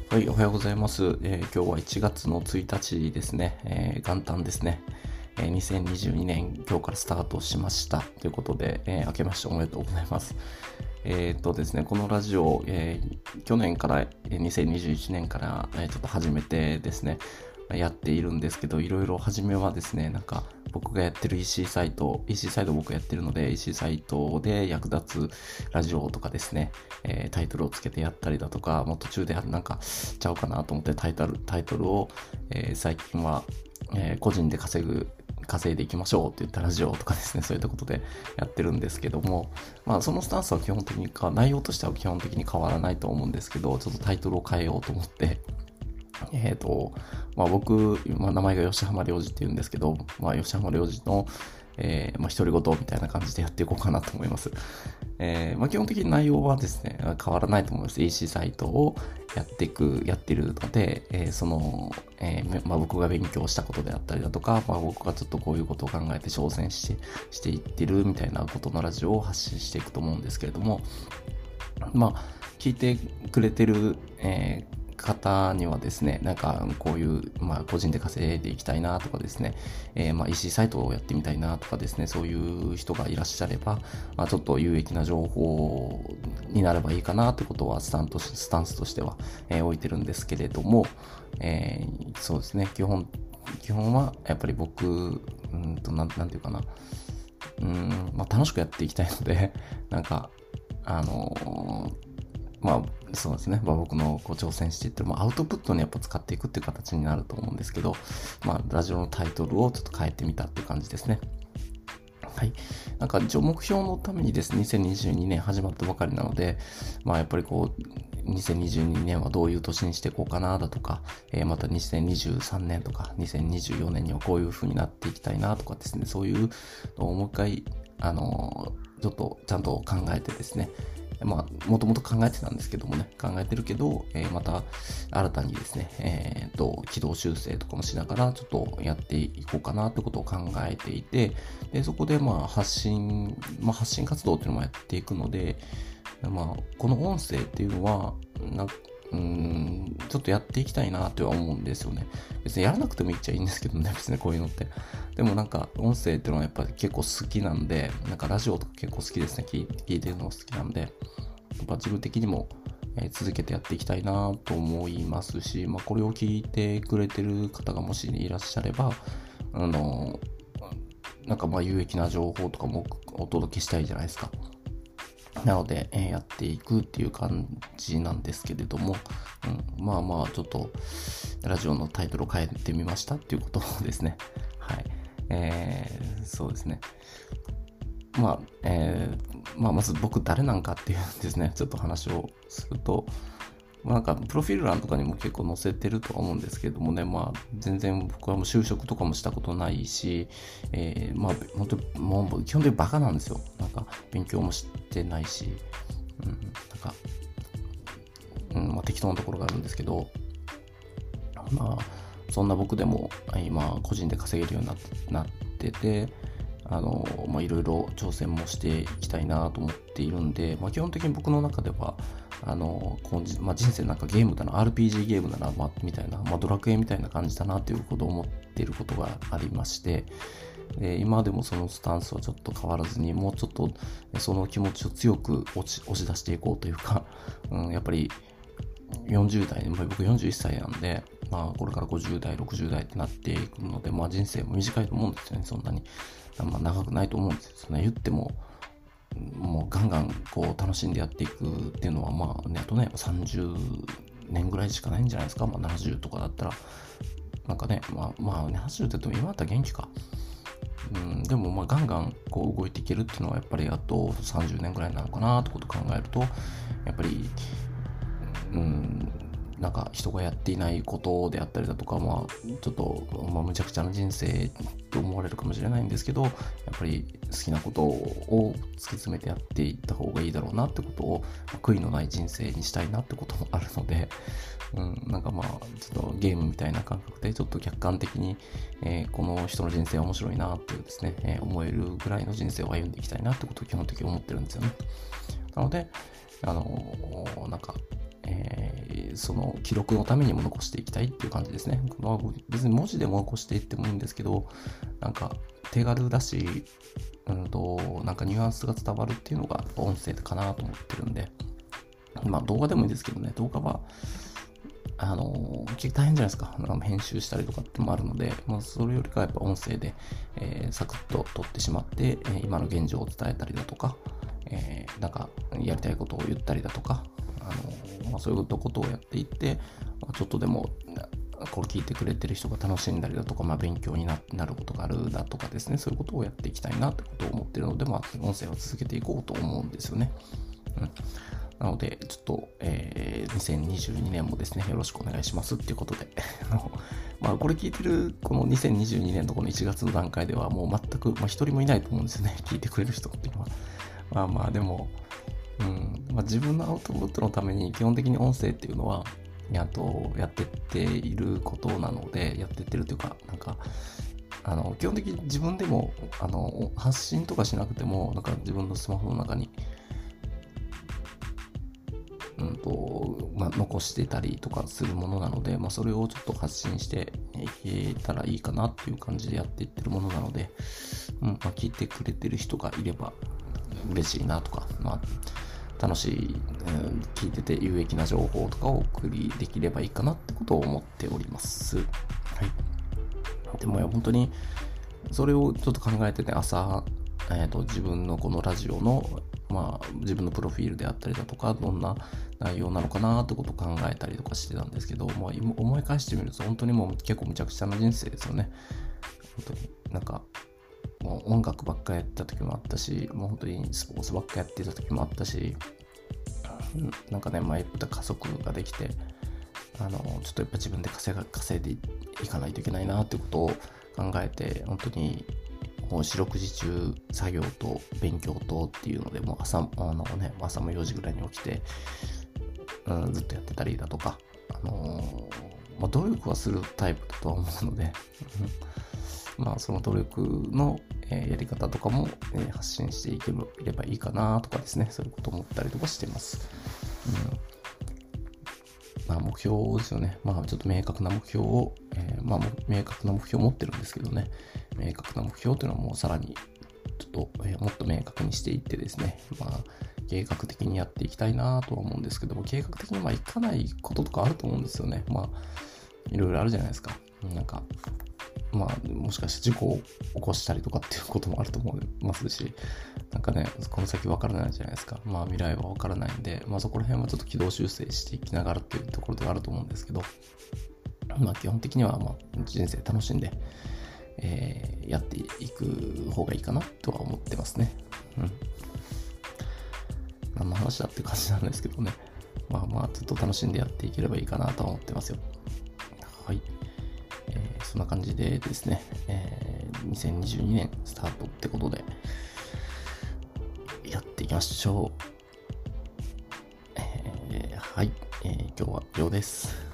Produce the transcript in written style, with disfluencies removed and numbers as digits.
はい、おはようございます。今日は1月の1日ですね。元旦ですね。2022年今日からスタートしましたということで、明けましておめでとうございます。ですね、このラジオ、去年から、2021年から、ちょっと始めてですね、やっているんですけど、いろいろ初めはですね、僕がやってる EC サイト僕やってるので、EC サイトで役立つラジオとかですね、タイトルをつけてやったりだとか、もう途中でちゃうかなと思ってタイトルを、最近は、個人で稼いでいきましょうって言ったラジオとかですね、そういったことでやってるんですけども、そのスタンスは基本的に内容としては基本的に変わらないと思うんですけど、ちょっとタイトルを変えようと思って、僕、名前が吉浜良二って言うんですけど、吉浜良二の、独り言みたいな感じでやっていこうかなと思います。基本的に内容はですね、変わらないと思います。EC サイトをやってるので、僕が勉強したことであったりだとか、僕がちょっとこういうことを考えて挑戦していってるみたいなことのラジオを発信していくと思うんですけれども、聞いてくれてる、方にはですね、こういう、個人で稼いでいきたいなとかですね、EC サイトをやってみたいなとかですね、そういう人がいらっしゃれば、ちょっと有益な情報になればいいかなということはスタンスとしては、置いてるんですけれども、そうですね、基本はやっぱり僕、なんていうかな、楽しくやっていきたいので、そうですね。僕の挑戦していってる、アウトプットにやっぱ使っていくっていう形になると思うんですけど、ラジオのタイトルをちょっと変えてみたっていう感じですね。はい。一応目標のためにですね、2022年始まったばかりなので、やっぱり2022年はどういう年にしていこうかなだとか、また2023年とか2024年にはこういう風になっていきたいなとかですね、そういうのをもう一回、ちょっとちゃんと考えてですね、もともと考えてたんですけどもね、考えてるけど、また新たにですね、軌道修正とかもしながらちょっとやっていこうかなってことを考えていて、で、そこで発信活動っていうのもやっていくので、この音声っていうのは、ちょっとやっていきたいなとは思うんですよね。別にやらなくてもいいっちゃいいんですけどね、別にこういうのって。でも音声っていうのはやっぱり結構好きなんで、ラジオとか結構好きですね。聞いてるのが好きなんで、やっぱ自分的にも、続けてやっていきたいなと思いますし、これを聞いてくれてる方がもしいらっしゃれば、有益な情報とかもお届けしたいじゃないですか。なので、やっていくっていう感じなんですけれども、ちょっとラジオのタイトルを変えてみましたっていうことですね。はい。そうですね。まず僕誰なんかっていうですね、ちょっと話をすると、プロフィール欄とかにも結構載せてるとは思うんですけどもね、全然僕はもう就職とかもしたことないし、本当にもう基本的にバカなんですよ。勉強もしてないし、適当なところがあるんですけど、そんな僕でも今個人で稼げるようになってて、いろいろ挑戦もしていきたいなと思っているんで、基本的に僕の中では人生ゲームだな、RPG ゲームだな、みたいな、ドラクエみたいな感じだなということを思っていることがありまして、今でもそのスタンスはちょっと変わらずに、もうちょっとその気持ちを強く押し出していこうというか、やっぱり40代、僕41歳なんで、これから50代、60代ってなっていくので、人生も短いと思うんですよね、そんなに。長くないと思うんですよ。そんな言っても、もうガンガン楽しんでやっていくっていうのは、あとね、30年ぐらいしかないんじゃないですか。70とかだったら。70って言っても今だったら元気か。でもガンガン動いていけるっていうのはやっぱりあと30年ぐらいなのかなってことを考えると、やっぱり人がやっていないことであったりだとか、ちょっと、むちゃくちゃな人生と思われるかもしれないんですけど、やっぱり好きなことを突き詰めてやっていった方がいいだろうなってことを、悔いのない人生にしたいなってこともあるので、ちょっとゲームみたいな感覚でちょっと客観的に、この人の人生は面白いなっていうですね、思えるぐらいの人生を歩んでいきたいなってことを基本的に思ってるんですよね。なので、 その記録のためにも残していきたいっていう感じですね。まあ、別に文字でも残していってもいいんですけど、なんか手軽だし、なんかニュアンスが伝わるっていうのが音声かなと思ってるんで、まあ動画でもいいですけどね、動画は結構大変じゃないですか。編集したりとかってもあるので、まあ、それよりかはやっぱ音声で、サクッと撮ってしまって、今の現状を伝えたりだとか、なんかやりたいことを言ったりだとか、まあ、そういうことをやっていって、まあ、ちょっとでもこれ聞いてくれてる人が楽しんだりだとか、まあ、勉強になることがあるだとかですね、そういうことをやっていきたいなってことを思ってるので、まあ、音声を続けていこうと思うんですよね。なので、ちょっと、2022年もですね、よろしくお願いしますっていうことで、まあ、これ聞いてる、この2022年のこの1月の段階では、もう全く、まあ、一人もいないと思うんですよね、聞いてくれる人っていうのは。まあまあ、でも、まあ、自分のアウトプットのために、基本的に音声っていうのは、やってっていることなので、やってってるというか、なんか、基本的に自分でも、発信とかしなくても、なんか自分のスマホの中に、まあ、残してたりとかするものなので、まあ、それをちょっと発信していけたらいいかなっていう感じでやっていってるものなので、まあ、聞いてくれてる人がいれば嬉しいなとか、まあ、楽しい、聞いてて有益な情報とかをお送りできればいいかなってことを思っております。はい。でも本当にそれをちょっと考えてね、朝、自分のこのラジオのまあ、自分のプロフィールであったりだとか、どんな内容なのかなってことを考えたりとかしてたんですけど、まあ、思い返してみると本当にもう結構むちゃくちゃな人生ですよね。本当になんかもう音楽ばっかやってた時もあったし、もう本当にスポーツばっかやってた時もあったし、なんかね、前言った家族ができて、ちょっとやっぱ自分で稼いでいかないといけないなってことを考えて、本当に四六時中作業と勉強とっていうので、もう朝も4時ぐらいに起きて、ずっとやってたりだとか、まあ、努力はするタイプだとは思うので、まあその努力の、やり方とかも、発信していければいいかなとかですね、そういうことを思ったりとかしています。まあ目標ですよね。まあちょっと明確な目標を、まあ明確な目標を持ってるんですけどね、明確な目標というのはもうさらにちょっと、もっと明確にしていってですね、まあ計画的にやっていきたいなとは思うんですけども、計画的にいかないこととかあると思うんですよね。まあいろいろあるじゃないですか。なんかまあもしかして事故を起こしたりとかっていうこともあると思いますし、なんかね、この先わからないじゃないですか。まあ未来はわからないんで、まあそこら辺はちょっと軌道修正していきながらっていうところではあると思うんですけど、まあ基本的にはまあ人生楽しんで、やっていく方がいいかなとは思ってますね。何の話だって感じなんですけどね。まあまあちょっと楽しんでやっていければいいかなとは思ってますよ。はい。そんな感じでですね、2022年スタートってことでやっていきましょう。はい、今日は以上です。